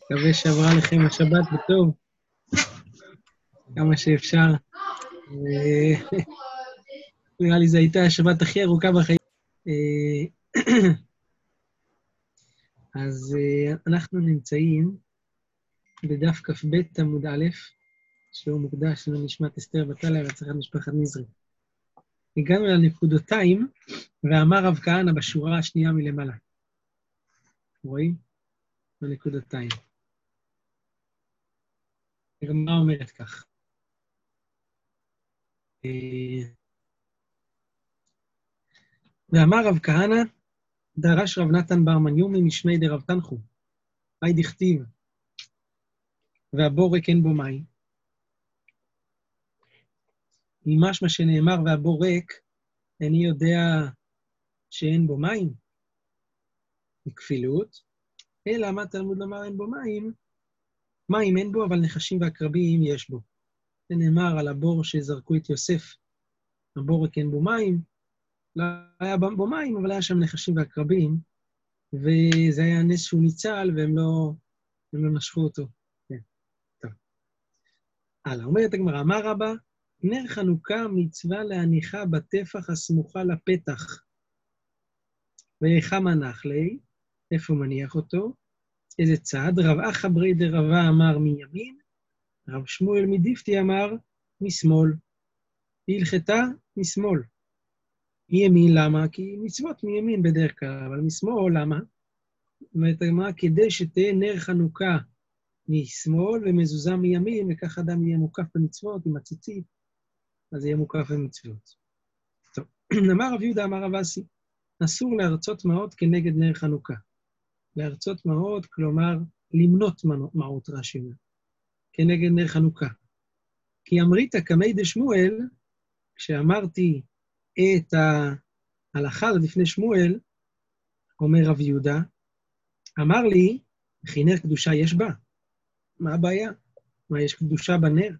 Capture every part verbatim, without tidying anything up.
מקווה שעברה לכם השבת בטוב, כמה שאפשר. נראה לי זו הייתה השבת הכי ארוכה בחיים. אז אנחנו נמצאים בדף כ"ב עמוד א', שהוא מוקדש לנשמת אסתר בת אלה והנצחת משפחת נזרי. הגענו לנקודותיים, ואמר רב כהנא בשורה השנייה מלמעלה. רואים? בנקודותיים. הגמרא אומרת כך. ואמר רב כהנא, דרש רב נתן בר מניומי משמי דרב תנחום. היי דכתיב, והבורק אין בו מים. ממש מה שנאמר והבורק, אני יודע שאין בו מים, בכפילות, אלא מה תלמוד לומר אין בו מים? מים אין בו, אבל נחשים ועקרבים יש בו. זה נאמר על הבור שזרקו את יוסף, הבורק אין בו מים, לא היה בו מים, אבל היה שם נחשים ועקרבים, וזה היה נס שהוא ניצל, והם לא, הם לא נשכו אותו. כן, טוב. הלאה, אומרת הגמרא, אמר רבא, נר חנוכה מצווה להניחה בטפח הסמוכה לפתח. ואיכה מנח לי, איפה מניח אותו? איזה צד? רב אחא ברי דרבה אמר מימין, רב שמואל מדיפתי אמר משמאל. היא הלכתה משמאל. מימין למה? כי מצוות מימין בדרך כלל, אבל משמאל למה? אומרת הגמרא, כדי שתהיה נר חנוכה משמאל ומזוזה מימין, וכך אדם יהיה מוקף במצוות עם הציצית, אז יהיה מוקף במצוות. טוב, אמר רב יהודה אמר רב אסי, אסור להרצות מעות כנגד נר חנוכה. להרצות מעות, כלומר, למנות מעות רש"י אומר, כנגד נר חנוכה. כי אמרית כמי דשמואל, כשאמרתי את ההלכה לפני שמואל, אומר רב יהודה, אמר לי, וכי נר קדושה יש בה. מה הבעיה? מה, יש קדושה בנר?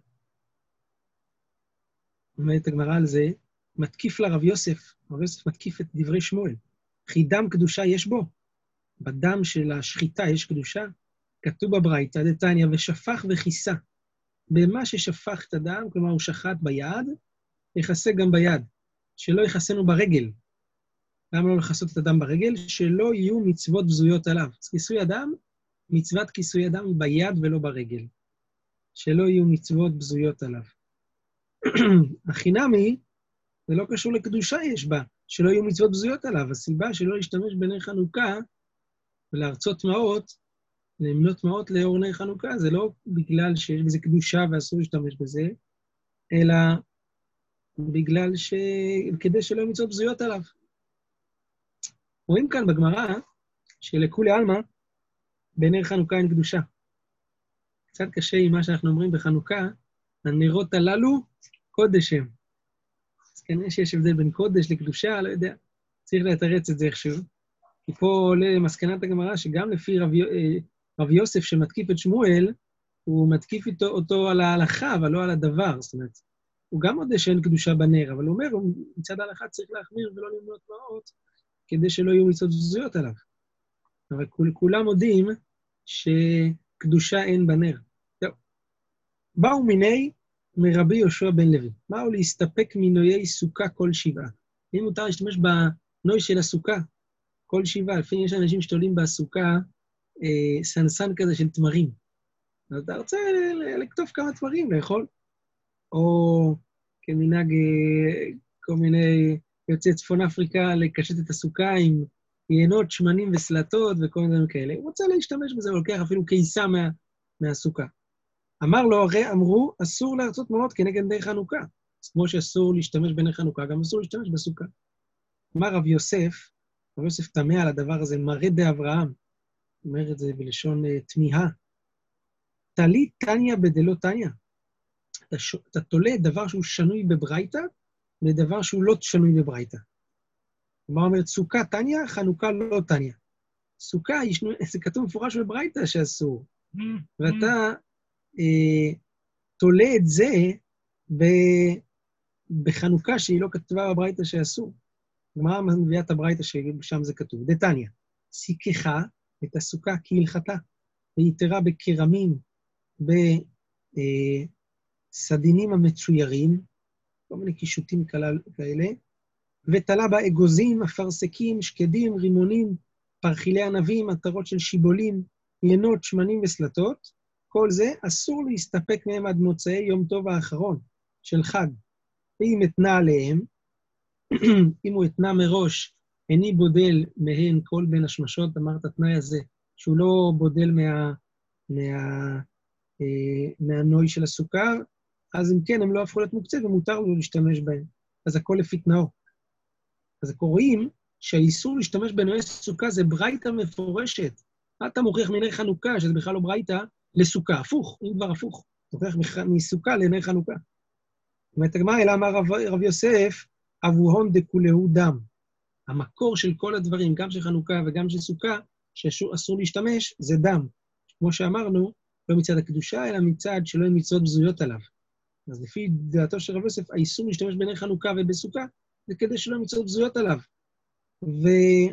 אומרת הגמרא על זה, מתקיף לה רב יוסף, רב יוסף מתקיף את דברי שמואל. וכי דם קדושה יש בו? בדם של השחיטה יש קדושה? כתוב בברייתא דתניא, ושפך וכיסה. במה ששפך את הדם, כלומר הוא שחט ביד, יכסה גם ביד. שלא יכסנו ברגל. למה לא לכסות את הדם ברגל? שלא יהיו מצוות בזויות עליו. אז כיסוי הדם, מצוות כיסוי הדם היא ביד ולא ברגל. שלא יהיו מצוות בזויות עליו. החינמי, זה לא קשור לקדושה יש בה, שלא יהיו מצוות בזויות עליו. הסיבה שלא להשתמש בנר חנוכה, ולהרצות מעות, למנות מעות לאור נר חנוכה, זה לא בגלל שיש בזה קדושה ואסור להשתמש בזה, אלא בגלל ש... כדי שלא יהיו מצוות בזויות עליו. רואים כאן בגמרא, שלכולי עלמא, בנר חנוכה אין קדושה. קצת קשה עם מה שאנחנו אומרים בחנוכה, הנרות הללו קודש הם. אז כנראה שיש הבדל בין קודש לקדושה, לא יודע, צריך לתרץ את זה איכשהו. כי פה עולה מסקנת הגמרא שגם לפי רב, רב יוסף שמתקיף את שמואל, הוא מתקיף איתו, אותו על ההלכה, אבל לא על הדבר. זאת אומרת, הוא גם מודה שאין קדושה בנר, אבל הוא אומר, מצד ההלכה צריך להחמיר ולא למנות מעות, כדי שלא יהיו מצוות בזויות עליו. אבל כול, כולם מודים שקדושה אין בנר. טוב. באו מיני מרבי יהושע בן לוי. באו להסתפק מנויי סוכה כל שבעה. אם מותר להשתמש בנוי של הסוכה, כל שבעה, לפעמים יש אנשים שתולים בסוכה אה, סנסן כזה של תמרים. אז אתה רוצה לכתוב כמה תמרים, לאכול. או כמנהג אה, כל מיני יוצאי צפון אפריקה לקשט את הסוכה עם יינות, שמנים וסלטות וכל מיני דברים כאלה. הוא רוצה להשתמש בזה, הוא לוקח אפילו קיסה מה, מהסוכה. אמר לו, הרי אמרו, אסור להרצות מעות כנגד נר חנוכה. אז כמו שאסור להשתמש בנר חנוכה, גם אסור להשתמש בסוכה. אמר רב יוסף, רב יוסף תמה על הדבר הזה, מראה דאברהם, אומר את זה בלשון uh, תמיהה. תלי תניא בדלא תניא. אתה, ש... אתה תולה דבר שהוא שנוי בברייתא, לדבר שהוא לא שנוי בברייתא. כלומר, אומרת, סוכה תניא, חנוכה לא תניא. סוכה, ישנו... זה כתוב מפורש בברייתא שאסור. ואתה אה, תולה את זה ב... בחנוכה שהיא לא כתבה בברייתא שאסור. גמרא מביאה את הברייתא ששם זה כתוב, דתניא, סיככה את הסוכה כהלכתה. ויתרה בקרמים, בסדינים המצוירים, כל מיני קישוטים כאלה, ותלה בה אגוזים, אפרסקים, שקדים, רימונים, פרחילי ענבים, עטרות של שיבולים, ינות, שמנים וסלטות, כל זה אסור להסתפק מהם עד מוצאי יום טוב האחרון של חג. ואם אתנה עליהם, אם הוא אתנה מראש, איני בודל מהן כל בין השמשות, אמרת התנאי הזה, שהוא לא בודל מה, מה, אה, מהנוי של הסוכר, אז אם כן, הם לא הפכו להיות מוקצה ומותר לו להשתמש בהם. אז הכל לפי תנאו. אז קוראים שהאיסור להשתמש בנוי סוכה זה ברייתא מפורשת. אתה מוכיח מנר חנוכה, שזה בכלל לא ברייתא, לסוכה. הפוך, אם כבר הפוך. מוכיח מסוכה לנר חנוכה. זאת אומרת, הגמרא, אלא אמר רב, רב יוסף, אבוהון דכולהו דם. המקור של כל הדברים, גם של חנוכה וגם של סוכה, שאסור להשתמש, זה דם. כמו שאמרנו, לא מצד הקדושה, אלא מצד שלא אין מצוות בזויות עליו. אז לפי דעתו של רב יוסף, האיסור להשתמש בנר חנוכה ובסוכה, זה כדי שלא מצוות בזויות עליו. ו...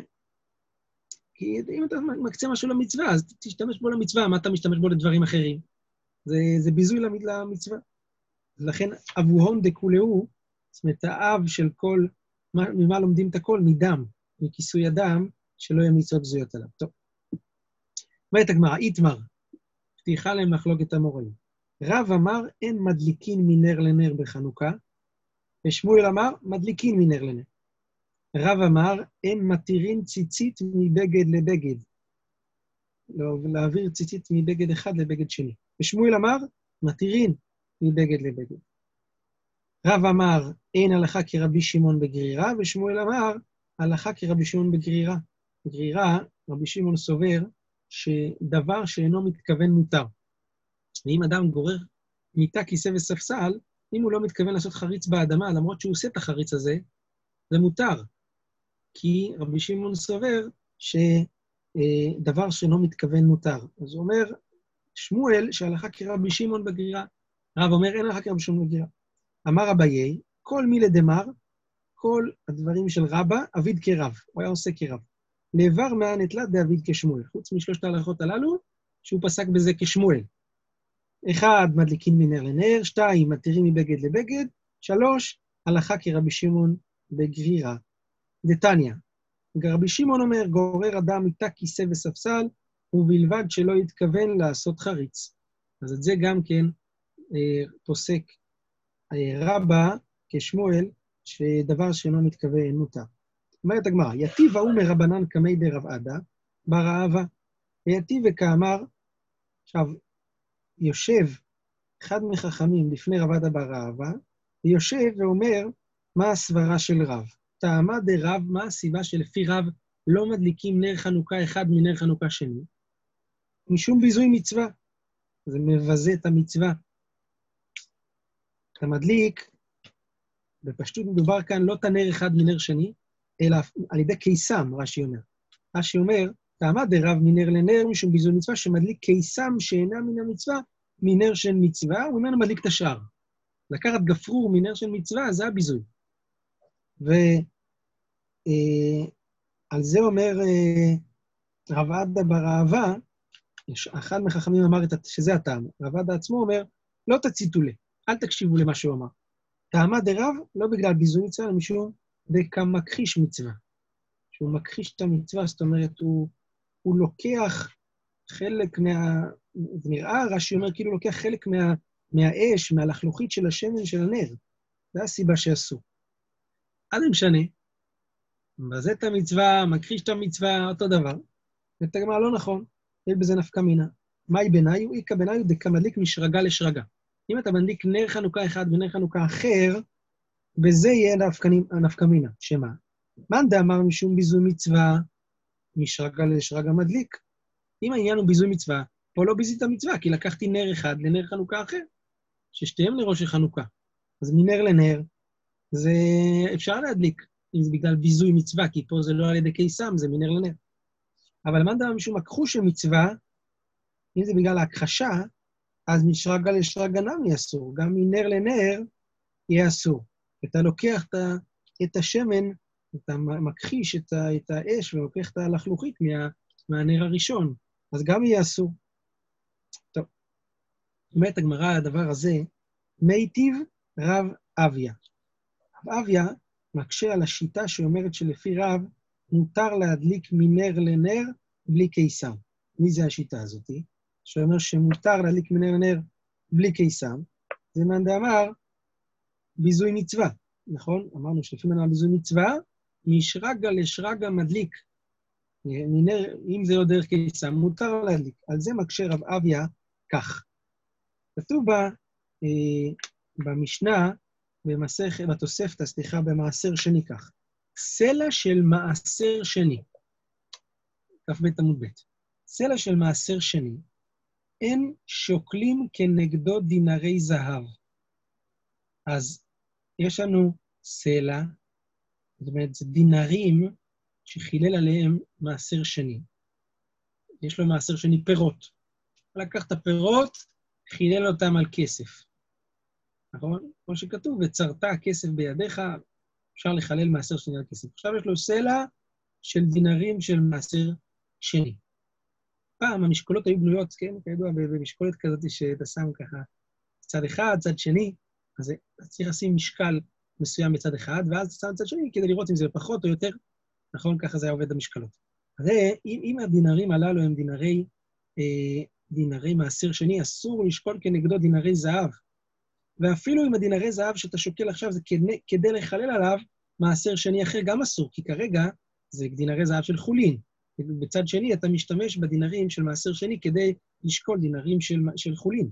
כי אם אתה מקצה משהו למצווה, אז תשתמש בו למצווה, מה אתה משתמש בו לדברים אחרים? זה, זה ביזוי למצווה. לכן אבוהון דכולהו, זאת אומרת, האב של כל, ממה לומדים את הכל? מדם, מכיסוי הדם, שלא יהיה מצוות בזויות עליו. טוב. אומרת הגמרא, איתמר, פתיחה למחלוקת המוראים. רב אמר, אין מדליקין מנר לנר בחנוכה, ושמואל אמר, מדליקין מנר לנר. רב אמר, אין מתירין ציצית מבגד לבגד. לא, להעביר ציצית מבגד אחד לבגד שני. ושמואל אמר, מתירין מבגד לבגד. רב אמר, אין הלכה כרבי שמעון בגרירה, ושמואל אמר, הלכה כרבי שמעון בגרירה. בגרירה, רבי שמעון סובר, שדבר שאינו מתכוון מותר. ואם אדם גורר מיטה, כיסא וספסל, אם הוא לא מתכוון לעשות חריץ באדמה, למרות שהוא עושה את החריץ הזה, זה מותר. כי רבי שמעון סובר שדבר שאינו מתכוון מותר. אז הוא אומר, שמואל, שהלכה כרבי שמעון בגרירה. רב אומר, אין הלכה כרבי שמעון בגרירה. אמר אביי, כל מילי דמר, כל הדברים של רבא, אביד כרב. הוא היה עושה כרב. לעבר מהנטלה דאביד כשמואל. חוץ משלושת ההלכות הללו, שהוא פסק בזה כשמואל. אחד, מדליקין מנר לנר, שתיים, מתירים מבגד לבגד, שלוש, הלכה כרבי שמעון בגרירה. דתניא, רבי שמעון אומר, גורר אדם מיטה, כיסא וספסל, ובלבד שלא יתכוון לעשות חריץ. אז את זה גם כן אה, פוסק אה, רבא כשמואל, שדבר שאינו מתכוון מותר. אומרת הגמרא, יתיב ההוא מרבנן קמי דרב עדה, בר אהבה, ויתיב וכאמר, עכשיו, יושב אחד מחכמים לפני רב עדה בר אהבה, ויושב ואומר, מה הסברה של רב? טעמה דרב, מה הסיבה שלפי רב לא מדליקים נר חנוכה אחד מנר חנוכה שני? משום ביזוי מצווה. זה מבזה את המצווה. אתה מדליק, בפשטות מדובר כאן לא תנר אחד מנר שני, אלא על ידי קיסם, רש"י אומר. רש"י אומר, טעמה דרב מנר לנר משום ביזוי מצווה, שמדליק קיסם שאינה מן המצווה, מנר של מצווה, וממנו מדליק את השאר. לקחת גפרור מנר של מצווה, זה הביזוי. ועל אה, זה אומר אה, רב עדה בר אהבה, אחד מחכמים אמר את, שזה הטעם. רב עדה עצמו אומר, לא תציתו לי, אל תקשיבו למה שהוא אמר. טעמה דרב, לא בגלל ביזוי מצווה, אלא משום דקמכחיש מצווה. שהוא מכחיש את המצווה, זאת אומרת, הוא, הוא לוקח חלק מה... זה נראה, רש"י אומר, כאילו לוקח חלק מה, מהאש, מהלחלוכית של השמן של הנר. זה הסיבה שעשו. אז זה משנה. מבזה את המצווה, מכחיש את המצווה, אותו דבר. ואת הגמרא לא נכון, יש בזה נפקא מינה. מהי ביניו? איקא ביניו דקמדליק משרגה לשרגה. אם אתה מדליק נר חנוכה אחד ונר חנוכה אחר, בזה יהיה נפקא מינה. שמה? מאן דאמר משום ביזוי מצווה, משרגה לשרגה מדליק. אם העניין הוא ביזוי מצווה, פה לא ביזית המצווה, כי לקחתי נר אחד לנר חנוכה אחר, ששתיהם נרות של חנוכה. אז מנר לנר, זה אפשר להדליק, אם זה בגלל ביזוי מצווה, כי פה זה לא על ידי קיסם, זה מנר לנר. אבל מאן דאמר משום הכחוש של מצווה, אם זה בגלל ההכחשה, אז משרגה לשרגה נמי אסור, גם מנר לנר יהיה אסור. אתה לוקח את השמן, אתה מכחיש את האש, ולוקח את הלחלוכית מה, מהנר הראשון, אז גם יהיה אסור. אומרת הגמרא על הדבר הזה, מיטיב רב אביה. רב אביה מקשה על השיטה שאומרת שלפי רב מותר להדליק מנר לנר בלי קיסם. מי זה השיטה הזאת? שאומר שמותר להדליק מנר לנר בלי קיסם. זה מאן דאמר ביזוי מצווה, נכון? אמרנו שלפי מאן דאמר ביזוי מצווה, משרגא לשרגא מדליק. מנר, אם זה לא דרך קיסם, מותר להדליק. על זה מקשה רב אביה כך. כתוב בה, אה, במשנה, במסך, בתוספתא, סליחה, במעשר שני כך. סלע של מעשר שני. כ"ב עמוד ב'. סלע של מעשר שני, אין שוקלים כנגדו דינרי זהב. אז יש לנו סלע, זאת אומרת, זה דינרים שחילל עליהם מעשר שני. יש לו מעשר שני פירות. לקח את הפירות, חילל אותם על כסף. נכון? כמו שכתוב, וצרת הכסף בידיך, אפשר לחלל מעשר שני על כסף. עכשיו יש לו סלע של דינרים של מעשר שני. פעם המשקולות היו בנויות, כן? כידוע, במשקולת כזאת שאתה שם ככה צד אחד, צד שני, אז צריך לשים משקל מסוים בצד אחד, ואז אתה שם צד שני כדי לראות אם זה פחות או יותר, נכון? ככה זה היה עובד במשקלות. אז אם, אם הדינרים הללו הם דינרי, אה, דינרי מעשר שני, אסור לשקול כנגדו דינרי זהב. ואפילו עם הדינרי זהב שאתה שוקל עכשיו, זה כדי, כדי לחלל עליו מעשר שני אחר גם אסור, כי כרגע זה דינרי זהב של חולין. בצד שני אתה משתמש בדינרים של מעשר שני כדי לשקול דינרים של, של חולין.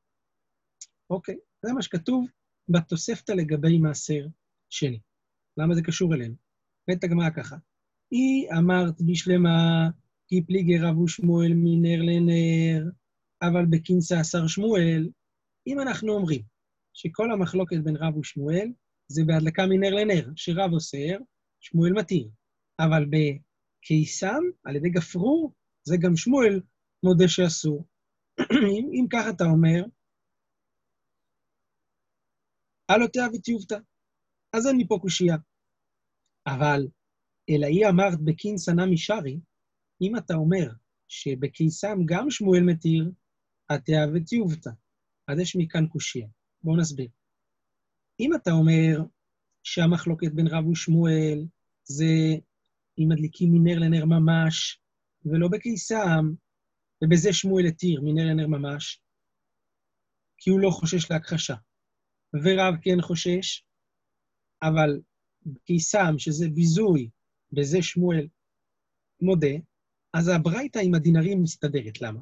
אוקיי, זה מה שכתוב בתוספתא לגבי מעשר שני. למה זה קשור אלינו? בית הגמרא ככה. היא אמרת בשלמה, כי פליגי רב ושמואל מנר לנר, אבל בכנסה אסר שמואל. אם אנחנו אומרים שכל המחלוקת בין רב ושמואל זה בהדלקה מנר לנר, שרב אוסר, שמואל מתיר. אבל בקיסם, על ידי גפרור, זה גם שמואל מודה שאסור. אם, אם ככה אתה אומר, אלו תאוות טיובתא, אז אין מפה קושייה. אבל אלא היא אמרת בכנסה נמי שרי, אם אתה אומר שבקיסם גם שמואל מתיר, התאוות טיובתא. אז יש מכאן קושייה. בואו נסביר. אם אתה אומר שהמחלוקת בין רב ושמואל זה אם מדליקים מנר לנר ממש, ולא בקיסם, ובזה שמואל התיר מנר לנר ממש, כי הוא לא חושש להכחשה. ורב כן חושש, אבל בקיסם, שזה ביזוי, בזה שמואל מודה, אז הברייתא עם הדינרים מסתדרת. למה?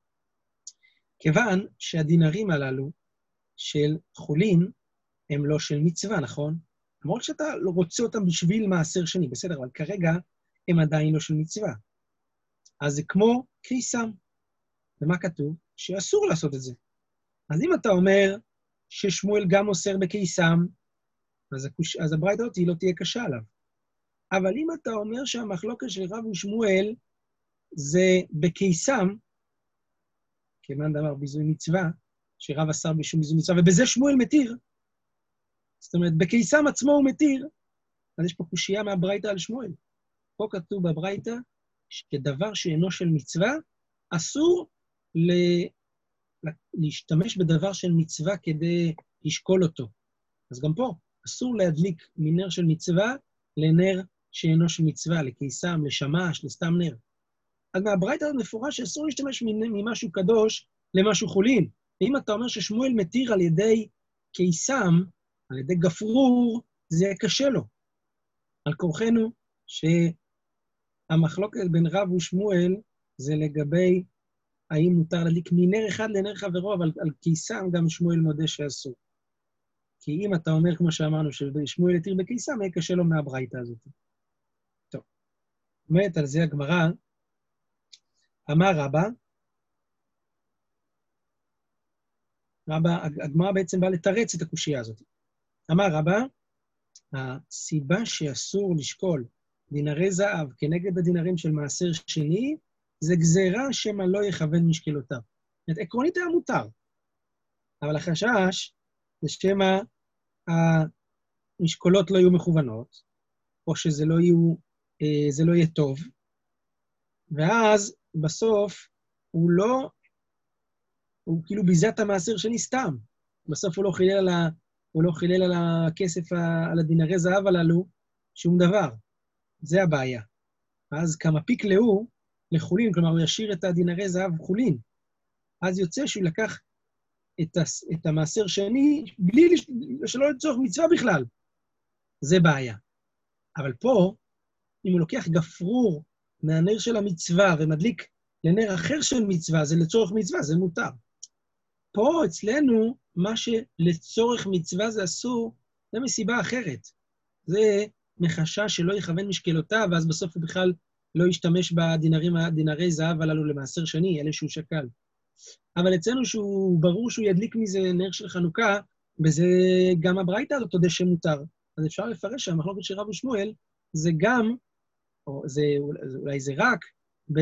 כיוון שהדינרים הללו של חולין הם לא של מצווה, נכון? למרות שאתה רוצה אותם בשביל מעשר שני, בסדר, אבל כרגע הם עדיין לא של מצווה. אז זה כמו קיסם. ומה כתוב? שאסור לעשות את זה. אז אם אתה אומר ששמואל גם אוסר בקיסם, אז, הקוש... אז הברייתא אותי לא תהיה קשה עליו. אבל אם אתה אומר שהמחלוקת של רב ושמואל זה בקיסם, כמאן דאמר ביזוי מצווה, שרב אסר בשום ביזוי מצווה, ובזה שמואל מתיר, זאת אומרת, בקיסם עצמו הוא מתיר, אז יש פה קושייה מהברייתא על שמואל. פה כתוב בברייתא שדבר שאינו של מצווה, אסור ל... להשתמש בדבר של מצווה כדי לשקול אותו. אז גם פה, אסור להדליק מנר של מצווה לנר שאינו של מצווה, לקיסם, לשמש, לסתם נר. אז מהברייתא מפורש שאסור להשתמש ממשהו קדוש למשהו חולין. ואם אתה אומר ששמואל מתיר על ידי קיסם, על ידי גפרור, זה יהיה קשה לו. על כורחנו שהמחלוקת בין רב ושמואל זה לגבי האם מותר להדליק מנר אחד לנר חברו, אבל על קיסם גם שמואל מודה שאסור. כי אם אתה אומר, כמו שאמרנו, ששמואל התיר בקיסם, יהיה קשה לו מהברייתא הזאת. טוב. אומרת על זה הגמרא, אמר רבא, רבא, הגמרא בעצם באה לתרץ את הקושייה הזאת. אמר רבא, הסיבה שאסור לשקול דינרי זהב כנגד הדינרים של מעשר שני, זה גזירה שמה לא יכוון משקלותיו. זאת אומרת, עקרונית היה מותר, אבל החשש זה שמה המשקולות לא יהיו מכוונות, או שזה לא, יהיו, אה, זה לא יהיה טוב, ואז בסוף הוא לא הוא כאילו ביזה את המעשר שני סתם. בסוף הוא לא חילל על, ה... הוא לא חילל על הכסף, ה... על הדינרי זהב הללו, שום דבר. זה הבעיה. אז כמה פיק לאו לחולין, כלומר, הוא ישאיר את הדינרי זהב חולין. אז יוצא שהוא לקח את, הס... את המעשר שני, בלי לש... שלא לצורך מצווה בכלל. זה בעיה. אבל פה, אם הוא לוקח גפרור מהנר של המצווה ומדליק לנר אחר של מצווה, זה לצורך מצווה, זה מותר. פה אצלנו, מה שלצורך מצווה זה אסור, זה מסיבה אחרת. זה מחשש שלא יכוון משקלותיו, ואז בסוף הוא בכלל לא ישתמש בדינרים, דינרי זהב הללו למעשר שני, אלה שהוא שקל. אבל אצלנו שהוא ברור שהוא ידליק מזה נר של חנוכה, וזה גם הברייתא הזאת תודה שמותר. אז אפשר לפרש שהמחלוקת של רב ושמואל, זה גם, או זה, אולי זה רק, ב,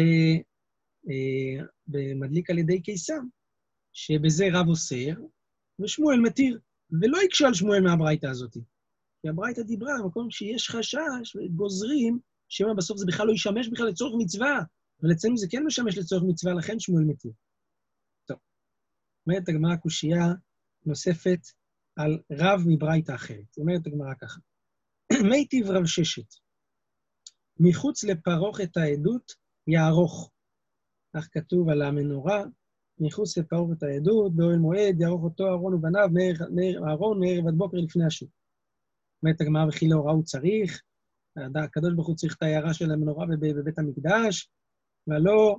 אה, במדליק על ידי קיסם, שבזה רב אוסר, ושמואל מתיר, ולא יקשה על שמואל מהברייתא הזאת. כי הברייתא דיברה, במקום שיש חשש, גוזרים, שמה בסוף זה בכלל לא ישמש בכלל לצורך מצווה, אבל אצלנו זה כן משמש לצורך מצווה, לכן שמואל מתיר. טוב, אומרת הגמרא קושייה נוספת על רב מברייתא אחרת. אומרת הגמרא ככה. מיטיב רב ששת, מחוץ לפרוכת העדות יערוך. כך כתוב על המנורה, מחוץ לפרוכת העדות, באוהל מועד, יערוך אותו אהרון ובניו, אהרון מערב עד בוקר לפני השוק. אומרת הגמרא וכי לאורה הוא צריך, הקדוש ברוך הוא צריך את ההערה של המנורה בבית המקדש, ולא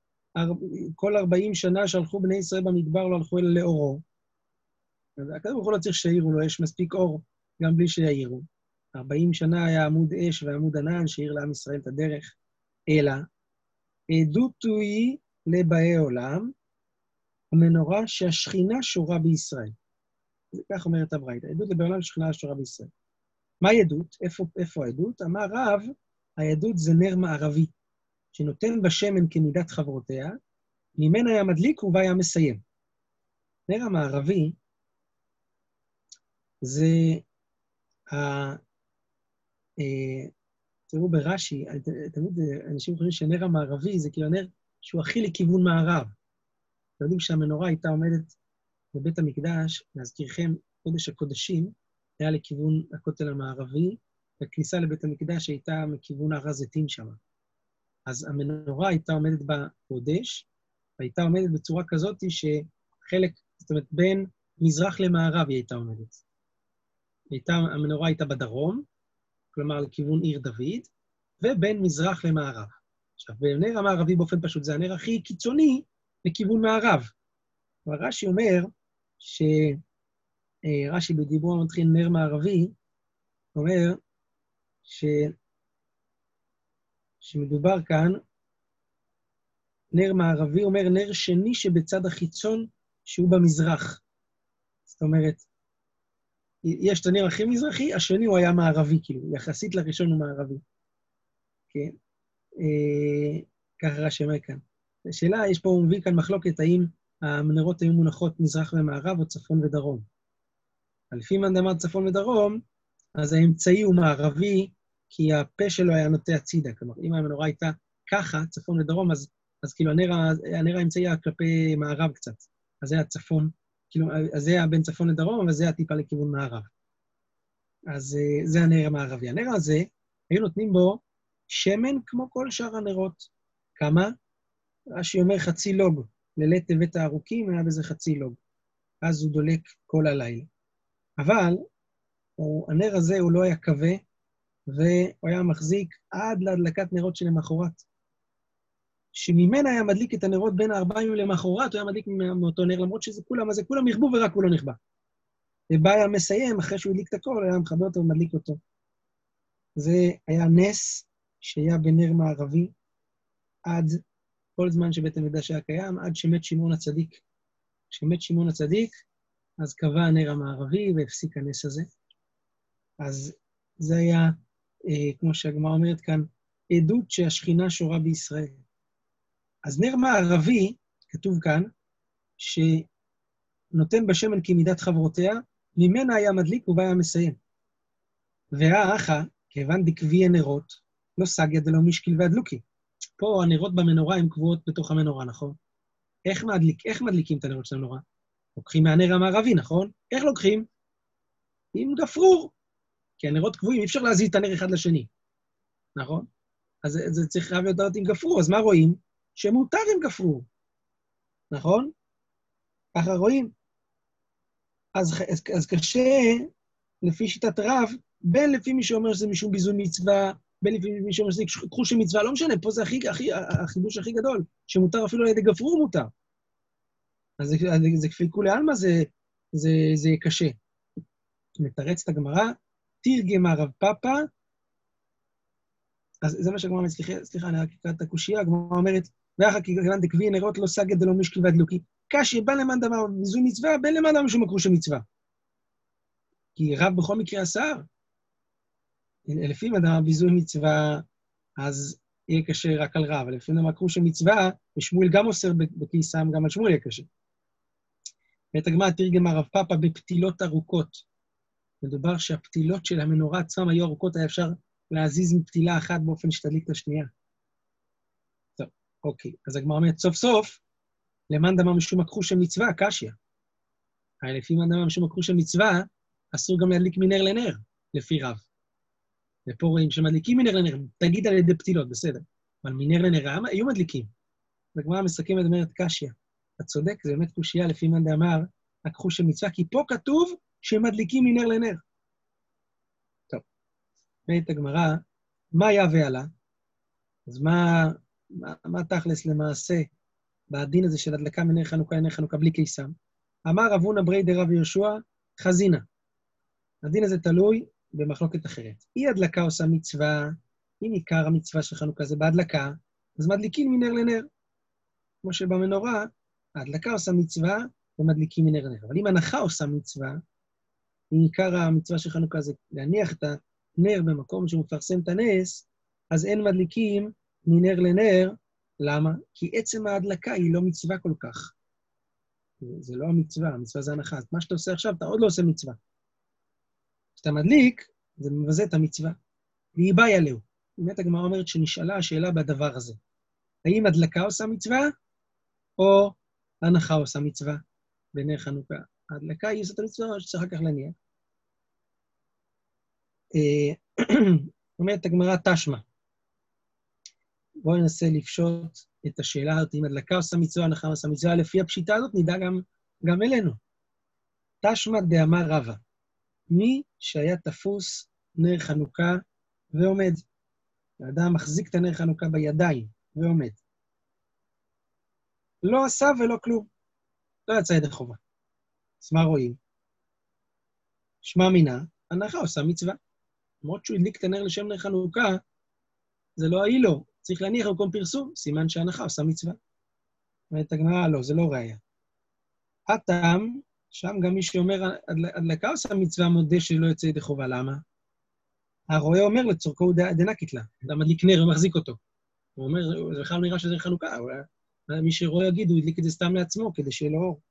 כל ארבעים שנה שהלכו בני ישראל במדבר לא הלכו אלא לאורו. הקדוש ברוך הוא לא צריך שיעירו לו, יש מספיק אור גם בלי שיעירו. ארבעים שנה היה עמוד אש ועמוד ענן שהעיר לעם ישראל את הדרך, אלא עדות היא לבאי עולם, המנורה שהשכינה שורה בישראל. זה כך אומרת הברייתא, עדות לבאי עולם שהשכינה שורה בישראל. מה עדות? איפה, איפה העדות? אמר רב, העדות זה נר מערבי, שנותן בשמן כמידת חברותיה, ממנה היה מדליק ובה היה מסיים. נר המערבי זה ה... תראו ברש"י, תמיד אנשים חושבים שנר המערבי זה כאילו נר שהוא הכי לכיוון מערב. אתם יודעים שהמנורה הייתה עומדת בבית המקדש, להזכירכם, קודש הקודשים, היה לכיוון הכותל המערבי, והכניסה לבית המקדש הייתה מכיוון הר הזיתים שם. אז המנורה הייתה עומדת בקודש, והייתה עומדת בצורה כזאת שחלק, זאת אומרת, בין מזרח למערב היא הייתה עומדת. הייתה, המנורה הייתה בדרום, כלומר לכיוון עיר דוד, ובין מזרח למערב. עכשיו, בנר המערבי באופן פשוט, זה הנר הכי קיצוני לכיוון מערב. אבל רש"י אומר, ש... רש"י בדיבור המתחיל נר מערבי, אומר ש... שמדובר כאן, נר מערבי אומר נר שני שבצד החיצון שהוא במזרח. זאת אומרת, יש את הנר הכי מזרחי, השני הוא היה מערבי, כאילו, יחסית לראשון הוא מערבי. כן? אה, ככה רש"י אומר כאן. השאלה, יש פה, הוא מביא כאן מחלוקת, האם המנורות היו מונחות מזרח ומערב או צפון ודרום. לפי מה אמר צפון ודרום, אז האמצעי הוא מערבי, כי הפה שלו היה נוטה הצידה. כלומר, אם המנורה הייתה ככה, צפון ודרום, אז, אז כאילו הנר, הנר האמצעי היה כלפי מערב קצת. אז זה הצפון, כאילו, אז זה היה בין צפון לדרום, אבל זה היה טיפה לכיוון מערב. אז זה הנר המערבי. הנר הזה, היו נותנים בו שמן כמו כל שאר הנרות. כמה? רש"י אומר חצי לוג. לליל טבת הארוכים היה בזה חצי לוג. אז הוא דולק כל הלילה. אבל הוא, הנר הזה הוא לא היה כבה, והוא היה מחזיק עד להדלקת נרות שלמחרת. שממנה היה מדליק את הנרות בין הארבעים ימים למחרת, הוא היה מדליק מאותו נר, למרות שזה כולם, אז זה כולם יכבו ורק הוא לא נכבה. ובא היה מסיים, אחרי שהוא הדליק את הכל, היה מחבר אותו ומדליק אותו. זה היה נס שהיה בנר מערבי, עד כל זמן שבית המקדש היה קיים, עד שמת שמעון הצדיק. כשמת שמעון הצדיק, אז קבע הנר המערבי והפסיק הנס הזה. אז זה היה, אה, כמו שהגמרא אומרת כאן, עדות שהשכינה שורה בישראל. אז נר מערבי, כתוב כאן, שנותן בשמן כמידת חברותיה, ממנה היה מדליק ובה היה מסיים. והאחה, כיוון דקביע נרות, לא סגיה דלא משקיל והדלוקי. פה הנרות במנורה הן קבועות בתוך המנורה, נכון? איך, מדליק, איך מדליקים את הנרות של המנורה? לוקחים מהנר המערבי, נכון? איך לוקחים? עם גפרור. כי הנרות קבועים, אי אפשר להזיז את הנר אחד לשני, נכון? אז זה, זה צריך להיות עם גפרור, אז מה רואים? שמותר עם גפרור, נכון? ככה רואים. אז, אז, אז קשה, לפי שיטת רב, בין לפי מי שאומר שזה משום ביזוי מצווה, בין לפי מי שאומר שזה חוש מצווה, לא משנה, פה זה הכי, הכי, החידוש הכי גדול, שמותר אפילו על ידי גפרור מותר. אז זה, זה כפי כולי עלמא, זה, זה, זה קשה. מתרץ את הגמרא, תרגם הרב פאפא, אז זה מה שהגמרא אומרת, סליחה, סליחה, אני רק אקרא את הקושייה, הגמרא אומרת, ואחר כגוון דקבי נרות לא סגד דלא משקל והדלוקי, קשי, בא למאן דאמר ביזוי מצווה, בין למאן דאמר משום מקרוש המצווה. כי רב בכל מקרה אסר. לפי מאן דאמר ביזוי מצווה, אז יהיה קשה רק על רב, אבל לפי מאן דאמר מקרוש המצווה, ושמואל גם אוסר בכיסם, גם על שמואל יהיה קשה. ואת הגמרא תרגם הרב פאפא בפתילות ארוכות. מדובר שהפתילות של המנורה עצמם היו ארוכות, היה אפשר להזיז מפתילה אחת באופן שתדליק את השנייה. טוב, אוקיי. אז הגמרא אומרת, סוף סוף, למאן דאמר משום מקרוש המצווה, קשיא. הרי לפי מאן דאמר משום מקרוש המצווה, אסור גם להדליק מנר לנר, לפי רב. ופה רואים שמדליקים מנר לנר, תגיד על ידי פתילות, בסדר. אבל מנר לנר, היו מדליקים. הגמרא מסכמת אומרת, קשיא. אתה צודק, זה באמת קושייה לפי מאן דאמר, מקרוש המצווה, כי פה כתוב שמדליקים מנר לנר. טוב. ואת הגמרא, מה יהווה עלה? אז מה, מה, מה תכלס למעשה בדין הזה של הדלקה מנר חנוכה לנר חנוכה בלי קיסם? אמר רב הונא ברי דרב יהושע, חזינא. הדין הזה תלוי במחלוקת אחרת. אי הדלקה עושה מצווה, אם עיקר המצווה של חנוכה זה בהדלקה, אז מדליקים מנר לנר. כמו שבמנורה, ההדלקה עושה מצווה ומדליקים מנר לנר. אבל אם הנחה עושה מצווה, אם עיקר המצווה של חנוכה זה להניח את הנר במקום שמפרסם את הנס, אז אין מדליקים מנר לנר. למה? כי עצם ההדלקה היא לא מצווה כל כך. זה לא המצווה, המצווה זה הנחה. אז מה שאתה עושה עכשיו, אתה עוד לא עושה מצווה. כשאתה מדליק, זה מבזה את המצווה. והיא באה עליו. באמת הגמרא אומרת שנשאלה השאלה בדבר הזה. האם הדלקה עושה מצווה, או הנחה עושה מצווה בנר חנוכה? ההדלקה היא עושה את המצווה, או שצריך אחר כך להניח. אומרת הגמרא תשמע. בואו ננסה לפשוט את השאלה הזאת, אם הדלקה עושה מצווה, הנחה עושה מצווה, לפי הפשיטה הזאת נדע גם, גם אלינו. תשמע דאמר רבא, מי שהיה תפוס נר חנוכה ועומד. האדם מחזיק את הנר חנוכה בידיים ועומד. לא עשה ולא כלום. לא יצא ידי חובה. אז מה רואים? שמע מינה, הנחה עושה מצווה. למרות שהוא הדליק את הנר לשם נר חנוכה, זה לא העיל לו. צריך להניח במקום פרסום, סימן שהנחה עושה מצווה. אומרת הגמרא, לא, זה לא ראיה. הטעם, שם גם מי שאומר, הדלקה עושה מצווה מודה שלא יוצא ידי חובה. למה? הרואה אומר לצורכו הוא דנקית לה. אדם מדליק נר ומחזיק אותו. הוא אומר, זה בכלל נראה שזה חנוכה. מי שרואה יגיד, הוא הדליק את זה סתם לעצמו, כדי שיהיה לו אור.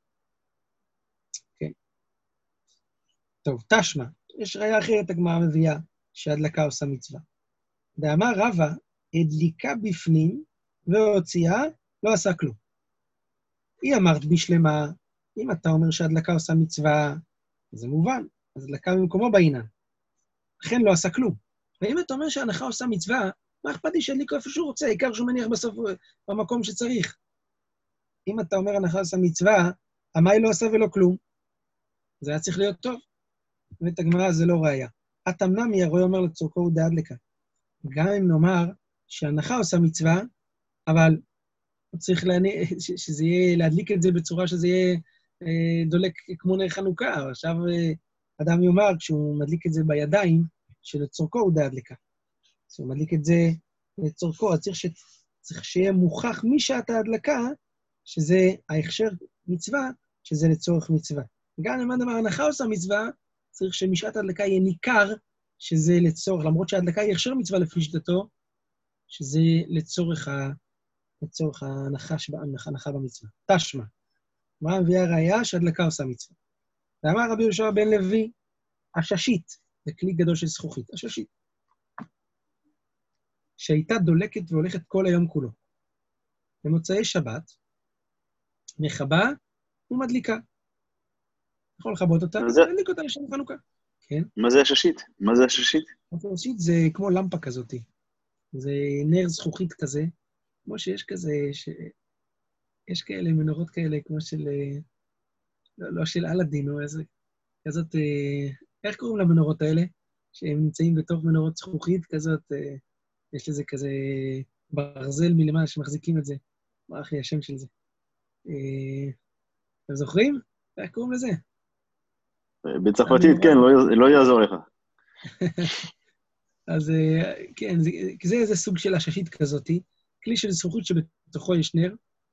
כן. טוב, תשמע. יש ראיה אחרת, הגמרא מביאה, שהדלקה עושה מצווה. דאמר רבא, הדליקה בפנים והוציאה, לא עשה כלום. היא אמרת בשלמה, אם אתה אומר שהדלקה עושה מצווה, זה מובן, אז הדלקה במקומו בעינן. לכן לא עשה כלום. ואם אתה אומר שההנחה עושה מצווה, מה אכפת לי שידליקו איפה שהוא רוצה, העיקר שהוא מניח בסוף במקום שצריך. אם אתה אומר הנחה עושה מצווה, המאי לא עשה ולא כלום. זה היה צריך להיות טוב. ואת הגמרא זה לא ראיה. התמנע מי הרואה אומר לצורכו הוא דהדלקה. גם אם נאמר שההנחה עושה מצווה, אבל צריך להניע, שזה יהיה, להדליק את זה בצורה שזה יהיה אה, דולק כמו נר חנוכה. עכשיו אה, אדם יאמר, כשהוא מדליק את זה בידיים, שלצורכו הוא דהדלקה. כשהוא מדליק את זה לצורכו, אז צריך, ש... צריך שיהיה מוכח משעת ההדלקה, שזה ההכשר מצווה, שזה לצורך מצווה. גם אם הדבר הנחה עושה מצווה, צריך שמשעת ההדלקה יהיה ניכר, שזה לצורך, למרות שההדלקה היא הכשר מצווה לפי שיטתו, שזה לצורך, ה... לצורך ההנחה, ההנחה במצווה. תשמע. מה מביאה הראיה שההדלקה עושה מצווה? ואמר רבי יהושע בן לוי, הששית, זה כלי גדול של זכוכית, הששית. שהייתה דולקת והולכת כל היום כולו. במוצאי שבת, מכבה ומדליקה. יכול לכבות אותה, זה... ולהדליק אותה לשם חנוכה. כן? מה זה הששית? מה זה הששית? הששית זה כמו למפה כזאת. זה נר זכוכית כזה, כמו שיש כזה, ש... יש כאלה מנורות כאלה, כמו של... לא, לא של אלאדין, או איזה... כזאת... איך קוראים למנורות האלה? שהם נמצאים בתוך מנורות זכוכית כזאת, יש לזה כזה ברזל מלמעלה שמחזיקים את זה. מה אחי השם של זה? אתם זוכרים? איך קוראים לזה? בצרפתית, כן, לא, לא יעזור לך. אז כן, זה, זה איזה סוג של הששית כזאת, כלי של זכוכית שבתוכו יש נר,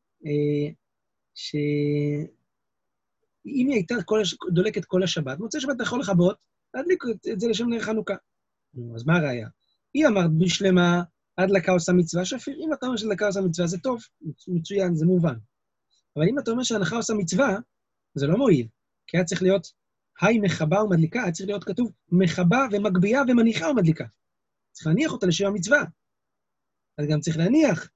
שאם היא הייתה כל הש... דולקת כל השבת, מוצא שבת אתה יכול לכבות, להדליק את זה לשם נר חנוכה. אז מה הראיה? היא אמרת בשלמה, הדלקה עושה מצווה, שפיר, אם אתה אומר שהדלקה עושה מצווה, זה טוב, מצוין, זה מובן. אבל אם אתה אומר שהנחה עושה מצווה, זה לא מועיל, כי היה צריך להיות, היי מכבה ומדליקה, היה צריך להיות כתוב, מכבה ומגבייה ומניחה ומדליקה. צריך להניח אותה לשם המצווה. אז גם צריך להניח.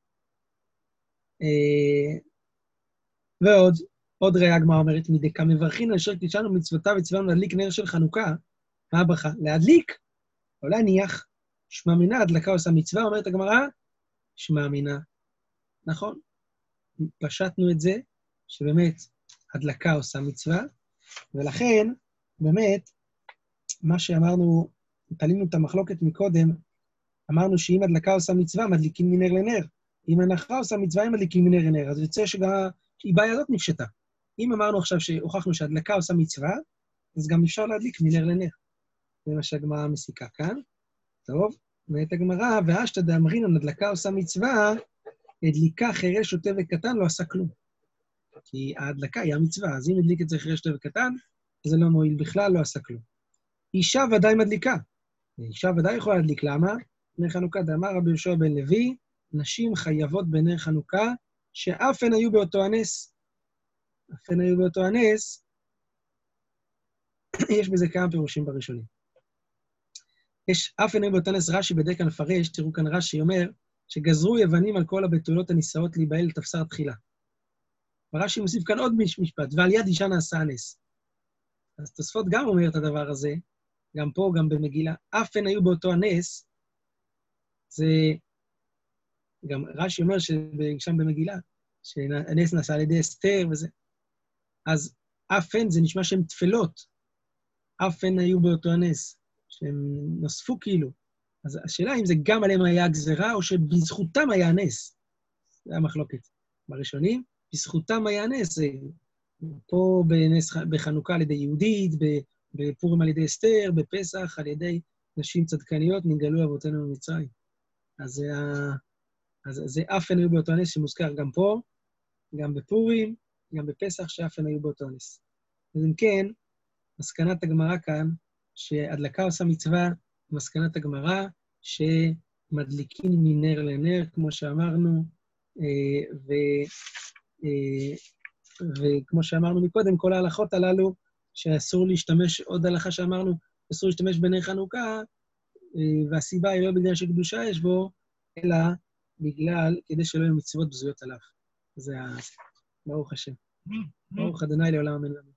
ועוד, עוד ראה הגמרא אומרת, מדקה מברכין אשר קידשנו מצוותיו וצוונו להדליק נר של חנוכה, מה הברכה? להדליק, לא להניח. שמע מינה, הדלקה עושה מצווה, אומרת הגמרא, שמע מינה. נכון? פשטנו את זה, שבאמת הדלקה עושה מצווה, ולכן, באמת, מה שאמרנו, תלינו את המחלוקת מקודם, אמרנו שאם הדלקה עושה מצווה, מדליקים מנר לנר. אם הנחה עושה מצווה, הם מדליקים מנר לנר. אז יוצא שגם, שהיא בעיה הזאת נפשטה. אם אמרנו עכשיו שהוכחנו שהדלקה עושה מצווה, אז גם אפשר להדליק מנר לנר. זה מה שהגמרא מסיקה כאן. טוב, ואת הגמרא, ואשתא דאמרינן, הדלקה עושה מצווה, הדליקה חירש שוטה וקטן, לא עשה כלום. כי ההדלקה היא המצווה, אז אם הדליק את זה חירש שוטה וקטן, זה לא מועיל בכלל, לא עשה כלום. אישה ודאי מדליקה. אישה ודאי יכולה להדליק, למה? נר חנוכה, דאמר רבי יהושע בן לוי, נשים חייבות בנר חנוכה, שאף הן היו באותו הנס. אף הן היו באותו הנס, יש בזה כמה פירושים בראשונים. יש אף הן היו באותו הנס, רש"י בדרך כלל מפרש, תראו כאן רש"י אומר, שגזרו יוונים על כל הבתולות הנישאות להיבהל לתפסר תחילה. ורש"י מוסיף כאן עוד משפט, ועל יד אישה נעשה הנס. אז תוספות גם אומר את הדבר הזה, גם פה, גם במגילה, אף הן היו באותו הנס, זה, גם רש"י אומר שם במגילה, שהנס נעשה על ידי אסתר וזה. אז אף הן זה נשמע שהן תפלות, אף הן היו באותו הנס, שהם נוספו כאילו. אז השאלה אם זה גם עליהם היה הגזרה, או שבזכותם היה הנס. זה המחלוקת. בראשונים, בזכותם היה הנס, זה פה בנס, בחנוכה על ידי יהודית, בפורים על ידי אסתר, בפסח על ידי נשים צדקניות, נגאלו אבותינו במצרים. אז זה, אז זה אף הן היו באותו הנס שמוזכר גם פה, גם בפורים, גם בפסח, שאף הן היו באותו הנס. אז אם כן, מסקנת הגמרא כאן, שהדלקה עושה מצווה, מסקנת הגמרא, שמדליקים מנר לנר, כמו שאמרנו, ו, וכמו שאמרנו מקודם, כל ההלכות הללו, שאסור להשתמש, עוד הלכה שאמרנו, אסור להשתמש בנר חנוכה, והסיבה היא לא בגלל שקדושה יש בו, אלא בגלל, כדי שלא יהיו מצוות בזויות עליו. זה ה... ברוך השם. ברוך ה' לעולם אמן.